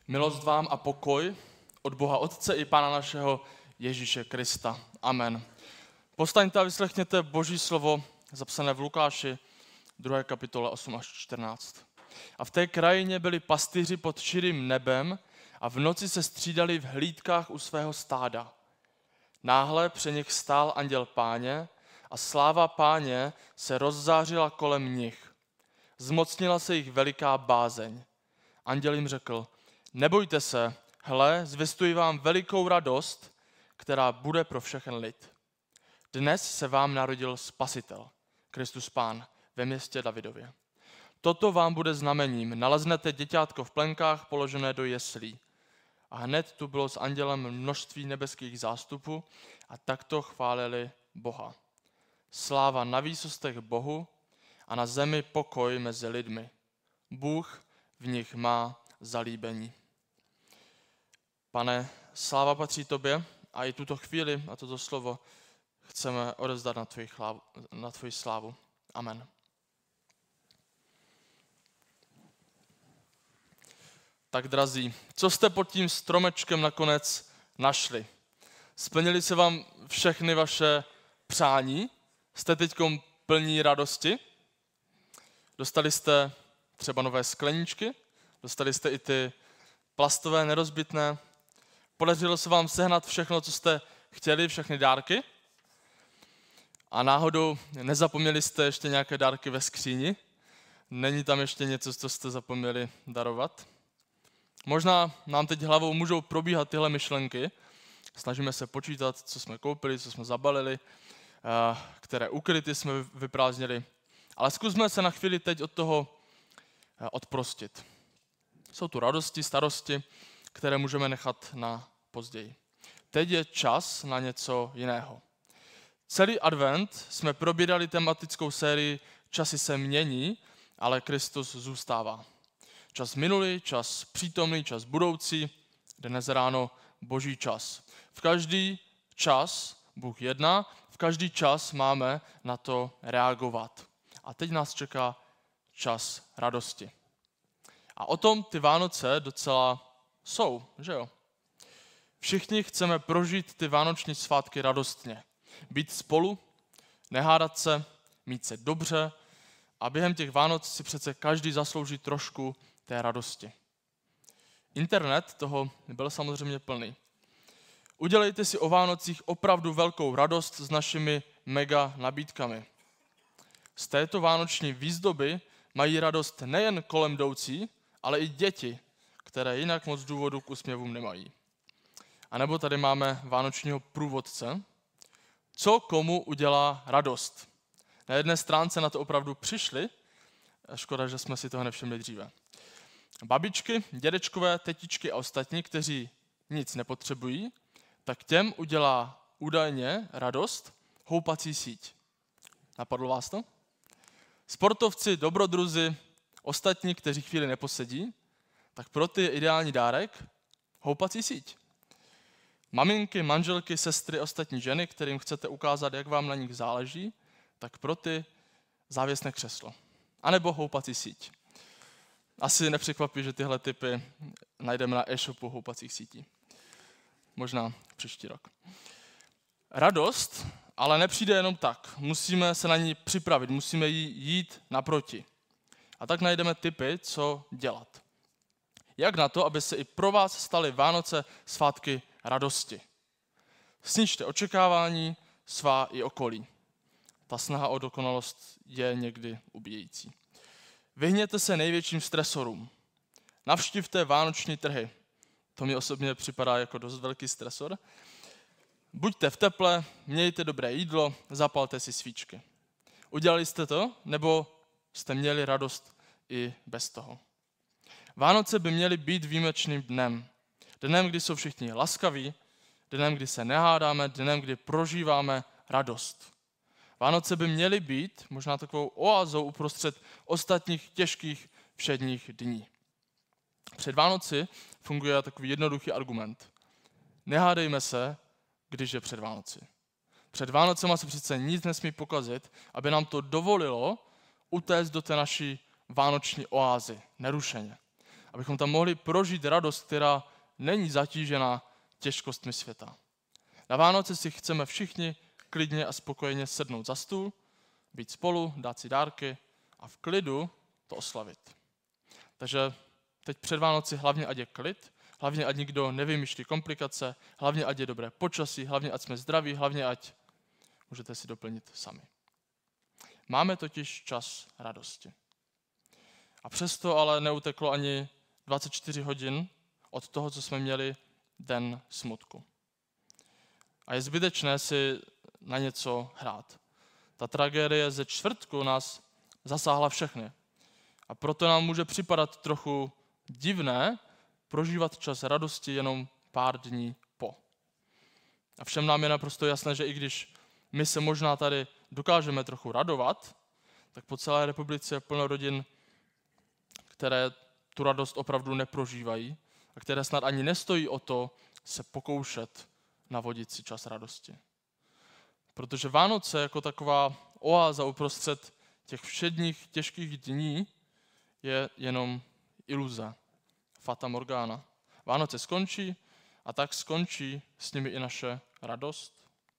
Milost vám a pokoj od Boha Otce i Pána našeho Ježíše Krista. Amen. Povstaňte a vyslechněte Boží slovo zapsané v Lukáši 2. kapitole 8 až 14. A v té krajině byli pastýři pod širým nebem a v noci se střídali v hlídkách u svého stáda. Náhle při nich stál anděl Páně a sláva Páně se rozzářila kolem nich. Zmocnila se jich veliká bázeň. Anděl jim řekl: nebojte se, hle, zvěstuji vám velikou radost, která bude pro všechen lid. Dnes se vám narodil Spasitel, Kristus Pán, ve městě Davidově. Toto vám bude znamením, naleznete děťátko v plenkách položené do jeslí. A hned tu bylo s andělem množství nebeských zástupů a takto chválili Boha. Sláva na výsostech Bohu a na zemi pokoj mezi lidmi. Bůh v nich má zalíbení. Pane, sláva patří tobě a i tuto chvíli a toto slovo chceme odevzdat na tvoji slávu. Amen. Tak drazí, co jste pod tím stromečkem nakonec našli? Splnili se vám všechny vaše přání? Jste teď plní radosti? Dostali jste třeba nové skleničky? Dostali jste i ty plastové, nerozbitné? Podařilo se vám sehnat všechno, co jste chtěli, všechny dárky? A náhodou nezapomněli jste ještě nějaké dárky ve skříni? Není tam ještě něco, co jste zapomněli darovat? Možná nám teď hlavou můžou probíhat tyhle myšlenky. Snažíme se počítat, co jsme koupili, co jsme zabalili, které ukryty jsme vyprázdnili. Ale zkusme se na chvíli teď od toho odprostit. Jsou tu radosti, starosti, které můžeme nechat na později. Teď je čas na něco jiného. Celý advent jsme probírali tematickou sérii Časy se mění, ale Kristus zůstává. Čas minulý, čas přítomný, čas budoucí, dnes ráno Boží čas. V každý čas Bůh jedná, v každý čas máme na to reagovat. A teď nás čeká čas radosti. A o tom ty Vánoce docela jsou, že jo? Všichni chceme prožít ty vánoční svátky radostně. Být spolu, nehádat se, mít se dobře a během těch Vánoc si přece každý zaslouží trošku té radosti. Internet toho byl samozřejmě plný. Udělejte si o Vánocích opravdu velkou radost s našimi mega nabídkami. Z této vánoční výzdoby mají radost nejen kolem jdoucí, ale i děti, které jinak moc důvodu k úsměvům nemají. A nebo tady máme vánočního průvodce. Co komu udělá radost? Na jedné stránce na to opravdu přišli, škoda, že jsme si toho nevšimli dříve. Babičky, dědečkové, tetičky a ostatní, kteří nic nepotřebují, tak těm udělá údajně radost houpací síť. Napadlo vás to? Sportovci, dobrodruzi, ostatní, kteří chvíli neposedí, tak pro ty je ideální dárek houpací síť. Maminky, manželky, sestry, ostatní ženy, kterým chcete ukázat, jak vám na nich záleží, tak pro ty závěsné křeslo. A nebo houpací síť. Asi nepřekvapí, že tyhle typy najdeme na e-shopu houpacích sítí. Možná příští rok. Radost ale nepřijde jenom tak. Musíme se na ní připravit, musíme jí jít naproti. A tak najdeme tipy, co dělat. Jak na to, aby se i pro vás staly Vánoce svátky radosti. Snižte očekávání svá i okolí. Ta snaha o dokonalost je někdy ubíjející. Vyhněte se největším stresorům. Navštivte vánoční trhy. To mi osobně připadá jako dost velký stresor. Buďte v teple, mějte dobré jídlo, zapalte si svíčky. Udělali jste to, nebo jste měli radost i bez toho? Vánoce by měly být výjimečným dnem. Dnem, kdy jsou všichni laskaví, dnem, kdy se nehádáme, dnem, kdy prožíváme radost. Vánoce by měly být možná takovou oázou uprostřed ostatních těžkých všedních dní. Před Vánoci funguje takový jednoduchý argument. Nehádejme se, když je před Vánoci. Před Vánocema se přece nic nesmí pokazit, aby nám to dovolilo utéct do té naší vánoční oázy, nerušeně. Abychom tam mohli prožít radost, která není zatížena těžkostmi světa. Na Vánoce si chceme všichni klidně a spokojeně sednout za stůl, být spolu, dát si dárky a v klidu to oslavit. Takže teď před Vánoci hlavně ať je klid, hlavně ať nikdo nevymýšlí komplikace, hlavně ať je dobré počasí, hlavně ať jsme zdraví, hlavně ať můžete si doplnit sami. Máme totiž čas radosti. A přesto ale neuteklo ani 24 hodin od toho, co jsme měli den smutku. A je zbytečné si na něco hrát. Ta tragédie ze čtvrtku nás zasáhla všechny. A proto nám může připadat trochu divné prožívat čas radosti jenom pár dní po. A všem nám je naprosto jasné, že i když my se možná tady dokážeme trochu radovat, tak po celé republice je plno rodin, které tu radost opravdu neprožívají a které snad ani nestojí o to se pokoušet navodit si čas radosti. Protože Vánoce jako taková oáza uprostřed těch všedních těžkých dní je jenom iluze, fata morgana. Vánoce skončí a tak skončí s nimi i naše radost.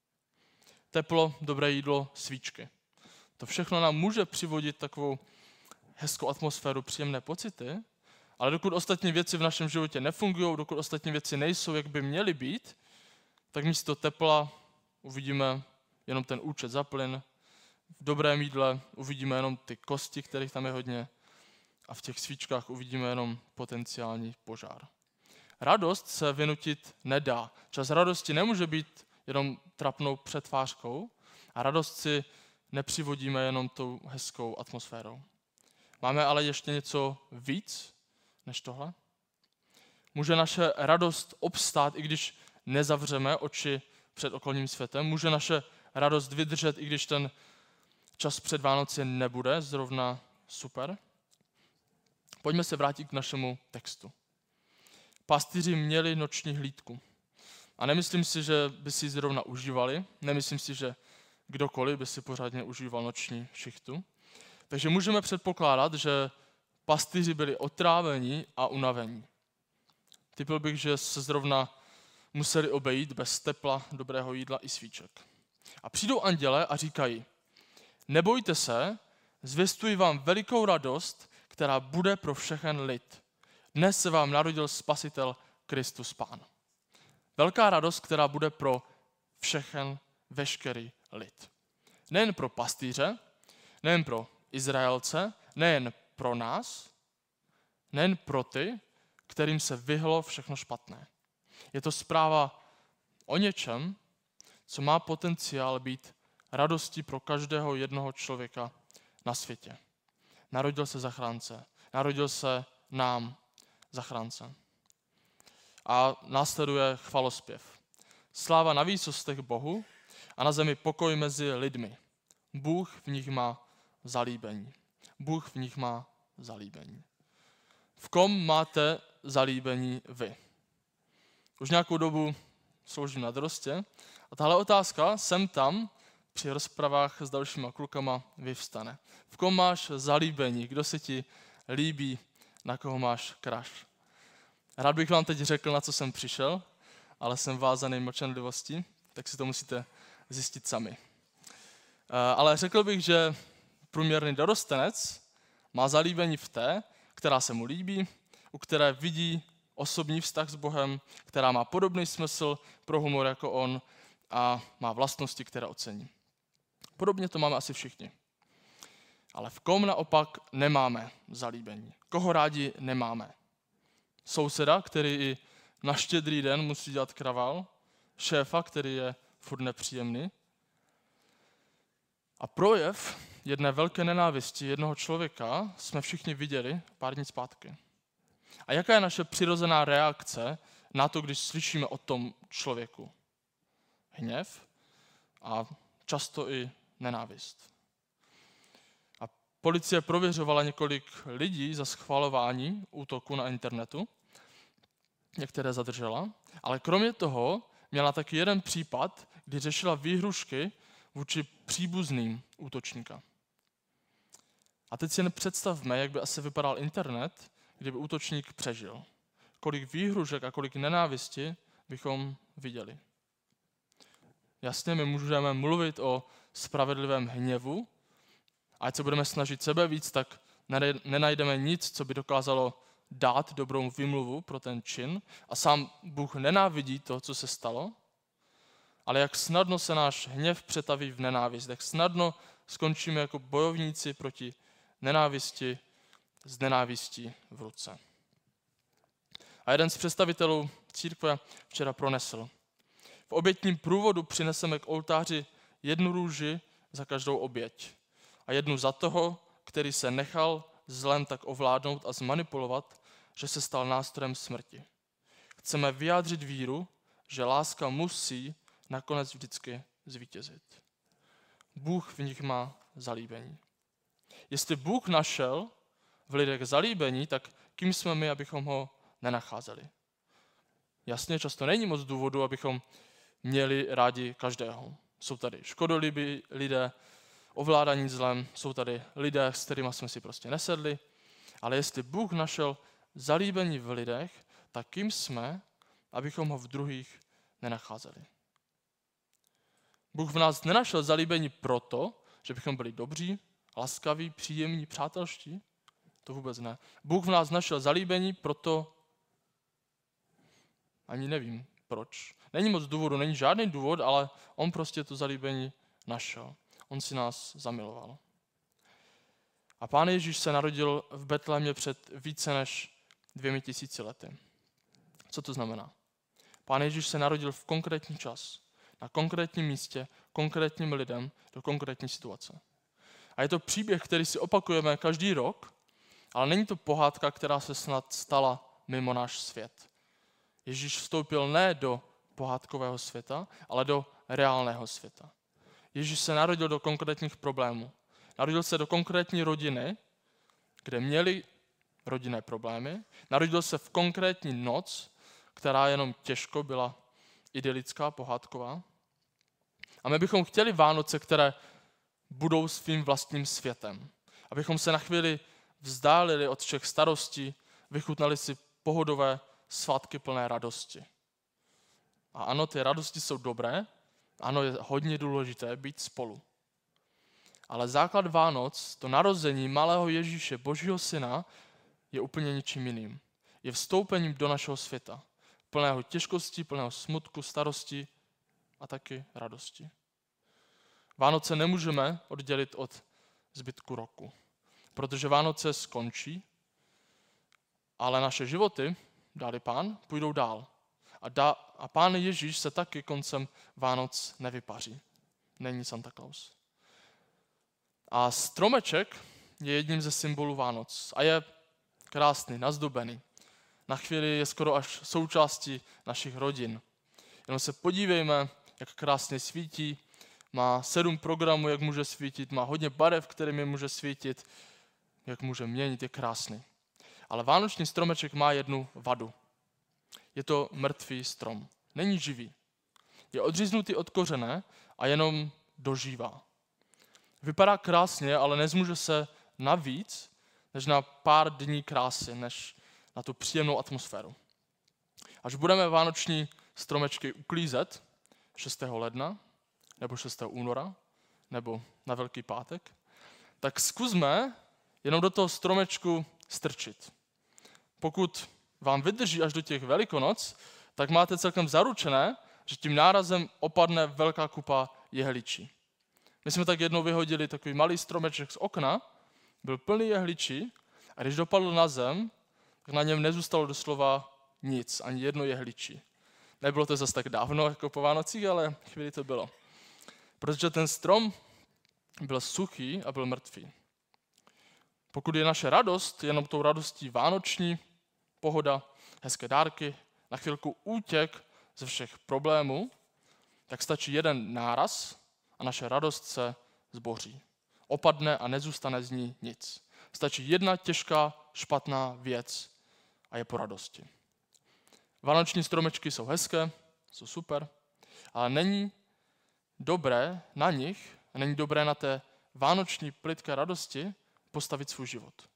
Teplo, dobré jídlo, svíčky. To všechno nám může přivodit takovou hezkou atmosféru, příjemné pocity, ale dokud ostatní věci v našem životě nefungují, dokud ostatní věci nejsou, jak by měly být, tak místo tepla uvidíme jenom ten účet za plyn, v dobrém jídle uvidíme jenom ty kosti, kterých tam je hodně, a v těch svíčkách uvidíme jenom potenciální požár. Radost se vynutit nedá. Čas radosti nemůže být jenom trapnou přetvářkou a radost si nepřivodíme jenom tou hezkou atmosférou. Máme ale ještě něco víc než tohle? Může naše radost obstát, i když nezavřeme oči před okolním světem? Může naše radost vydržet, i když ten čas před Vánoci nebude zrovna super? Pojďme se vrátit k našemu textu. Pastýři měli noční hlídku. A nemyslím si, že by si ji zrovna užívali. Nemyslím si, že kdokoliv by si pořádně užíval noční šichtu. Takže můžeme předpokládat, že pastýři byli otrávení a unavení. Typil bych, že se zrovna museli obejít bez tepla, dobrého jídla i svíček. A přijdou anděle a říkají: nebojte se, zvěstuji vám velikou radost, která bude pro všechen lid. Dnes se vám narodil Spasitel Kristus Pán. Velká radost, která bude pro všechen, veškerý lid. Nejen pro pastýře, nejen pro Izraelce, nejen pro nás, nejen pro ty, kterým se vyhlo všechno špatné. Je to zpráva o něčem, co má potenciál být radostí pro každého jednoho člověka na světě. Narodil se zachránce, narodil se nám zachránce. A následuje chvalospěv. Sláva na výsostech Bohu a na zemi pokoj mezi lidmi. Bůh v nich má zalíbení. Bůh v nich má zalíbení. V kom máte zalíbení vy? Už nějakou dobu sloužím na Drostě a tahle otázka sem tam při rozpravách s dalšíma klukama vyvstane. V kom máš zalíbení? Kdo se ti líbí? Na koho máš crush? Rád bych vám teď řekl, na co jsem přišel, ale jsem vázaný mlčenlivostí, tak si to musíte zjistit sami. Ale řekl bych, že průměrný dorostenec má zalíbení v té, která se mu líbí, u které vidí osobní vztah s Bohem, která má podobný smysl pro humor jako on a má vlastnosti, které ocení. Podobně to máme asi všichni. Ale v kom naopak nemáme zalíbení? Koho rádi nemáme? Souseda, který i na Štědrý den musí dělat kravál? Šéfa, který je furt nepříjemný? A projev jedné velké nenávisti jednoho člověka jsme všichni viděli pár dní zpátky. A jaká je naše přirozená reakce na to, když slyšíme o tom člověku? Hněv a často i nenávist. A policie prověřovala několik lidí za schvalování útoku na internetu. Některé zadržela, ale kromě toho měla taky jeden případ, kdy řešila výhrušky vůči příbuzným útočníka. A teď si jen představme, jak by asi vypadal internet, kdyby útočník přežil. Kolik výhružek a kolik nenávisti bychom viděli. Jasně, my můžeme mluvit o spravedlivém hněvu, ať se budeme snažit sebe víc, tak nenajdeme nic, co by dokázalo dát dobrou vymluvu pro ten čin. A sám Bůh nenávidí to, co se stalo, ale jak snadno se náš hněv přetaví v nenávist, jak snadno skončíme jako bojovníci proti nenávisti s nenávistí v ruce. A jeden z představitelů církve včera pronesl: v obětním průvodu přineseme k oltáři jednu růži za každou oběť a jednu za toho, který se nechal zlem tak ovládnout a zmanipulovat, že se stal nástrojem smrti. Chceme vyjádřit víru, že láska musí nakonec vždycky zvítězit. Bůh v nich má zalíbení. Jestli Bůh našel v lidech zalíbení, tak kým jsme my, abychom ho nenacházeli? Jasně, často není moc důvodu, abychom měli rádi každého. Jsou tady škodolibí lidé, ovládaní zlem, jsou tady lidé, s kterými jsme si prostě nesedli, ale jestli Bůh našel zalíbení v lidech, tak kým jsme, abychom ho v druhých nenacházeli? Bůh v nás nenašel zalíbení proto, že bychom byli dobří, laskaví, příjemní, přátelští. To vůbec ne. Bůh v nás našel zalíbení proto, ani nevím proč. Není moc důvodu, není žádný důvod, ale on prostě to zalíbení našel. On si nás zamiloval. A Pán Ježíš se narodil v Betlémě před více než 2000 lety. Co to znamená? Pán Ježíš se narodil v konkrétní čas, na konkrétním místě, konkrétním lidem, do konkrétní situace. A je to příběh, který si opakujeme každý rok, ale není to pohádka, která se snad stala mimo náš svět. Ježíš vstoupil ne do pohádkového světa, ale do reálného světa. Ježíš se narodil do konkrétních problémů. Narodil se do konkrétní rodiny, kde měli rodinné problémy. Narodil se v konkrétní noc, která jenom těžko byla idylická, pohádková. A my bychom chtěli Vánoce, které budou svým vlastním světem. Abychom se na chvíli vzdálili od všech starostí, vychutnali si pohodové svátky plné radosti. A ano, ty radosti jsou dobré, ano, je hodně důležité být spolu. Ale základ Vánoc, to narození malého Ježíše, Božího syna, je úplně ničím jiným. Je vstoupením do našeho světa, plného těžkostí, plného smutku, starosti a taky radosti. Vánoce nemůžeme oddělit od zbytku roku, protože Vánoce skončí, ale naše životy, dá-li Pán, půjdou dál. A Pán Ježíš se taky koncem Vánoc nevypaří. Není Santa Claus. A stromeček je jedním ze symbolů Vánoc a je krásný, nazdobený. Na chvíli je skoro až součástí našich rodin. Jenom se podívejme, jak krásně svítí. Má 7 programů, jak může svítit, má hodně barev, kterými může svítit, jak může měnit, je krásný. Ale vánoční stromeček má jednu vadu. Je to mrtvý strom. Není živý. Je odříznutý od kořene a jenom dožívá. Vypadá krásně, ale nezmůže se na víc, než na pár dní krásy, než na tu příjemnou atmosféru. Až budeme vánoční stromečky uklízet 6. ledna, nebo 6. února, nebo na Velký pátek, tak zkusme jenom do toho stromečku strčit. Pokud vám vydrží až do těch Velikonoc, tak máte celkem zaručené, že tím nárazem opadne velká kupa jehličí. My jsme tak jednou vyhodili takový malý stromeček z okna, byl plný jehličí a když dopadl na zem, tak na něm nezůstalo doslova nic, ani jedno jehličí. Nebylo to zase tak dávno jako po Vánocích, ale chvíli to bylo. Protože ten strom byl suchý a byl mrtvý. Pokud je naše radost jenom tou radostí vánoční, pohoda, hezké dárky, na chvilku útěk ze všech problémů, tak stačí jeden náraz a naše radost se zboří. Opadne a nezůstane z ní nic. Stačí jedna těžká, špatná věc a je po radosti. Vánoční stromečky jsou hezké, jsou super, ale není dobré na nich, není dobré na té vánoční plytké radosti postavit svůj život.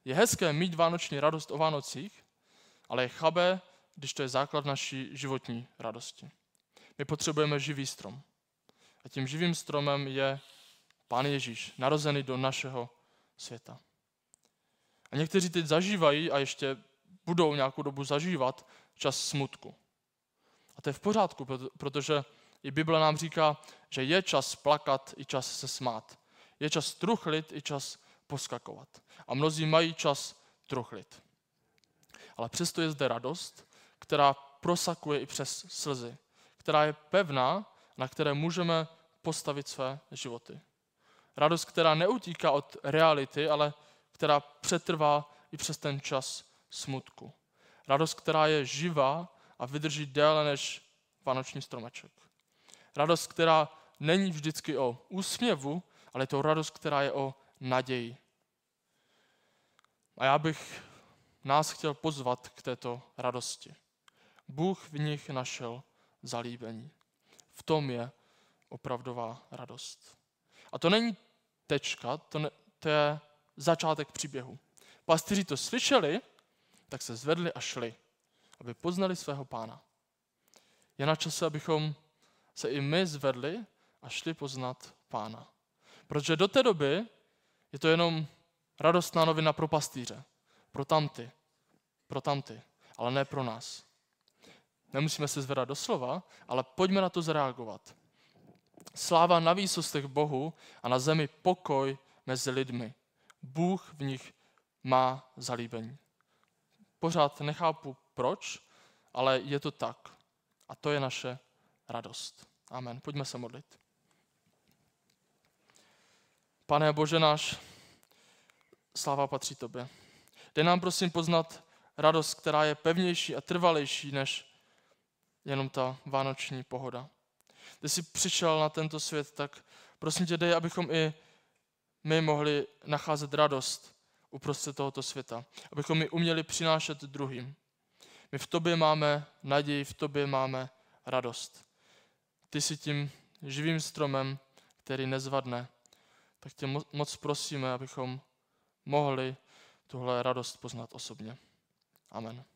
je hezké mít vánoční radost o Vánocích, ale je chabé, když to je základ naší životní radosti. My potřebujeme živý strom. A tím živým stromem je Pán Ježíš, narozený do našeho světa. A někteří teď zažívají a ještě budou nějakou dobu zažívat čas smutku. A to je v pořádku, protože i Bible nám říká, že je čas plakat i čas se smát. Je čas truchlit i čas poskakovat. A mnozí mají čas truchlit. Ale přesto je zde radost, která prosakuje i přes slzy, která je pevná, na které můžeme postavit své životy. Radost, která neutíká od reality, ale která přetrvá i přes ten čas smutku. Radost, která je živá a vydrží déle než vánoční stromeček. Radost, která není vždycky o úsměvu, ale je to radost, která je o naději. A já bych nás chtěl pozvat k této radosti. Bůh v nich našel zalíbení. V tom je opravdová radost. A to není tečka, to je začátek příběhu. Pastýři to slyšeli, tak se zvedli a šli, aby poznali svého Pána. Je na čase, abychom se i my zvedli a šli poznat Pána. Protože do té doby je to jenom radostná novina pro pastýře, pro tamty, ale ne pro nás. Nemusíme se zvedat doslova, ale pojďme na to zareagovat. Sláva na výsostech Bohu a na zemi pokoj mezi lidmi. Bůh v nich má zalíbení. Pořád nechápu proč, ale je to tak. A to je naše radost. Amen. Pojďme se modlit. Pane Bože náš, sláva patří tobě. Dej nám prosím poznat radost, která je pevnější a trvalejší než jenom ta vánoční pohoda. Když jsi přišel na tento svět, tak prosím tě dej, abychom i my mohli nacházet radost uprostřed tohoto světa. Abychom ji uměli přinášet druhým. My v tobě máme naději, v tobě máme radost. Ty jsi tím živým stromem, který nezvadne. Tak tě moc prosíme, abychom mohli tuhle radost poznat osobně. Amen.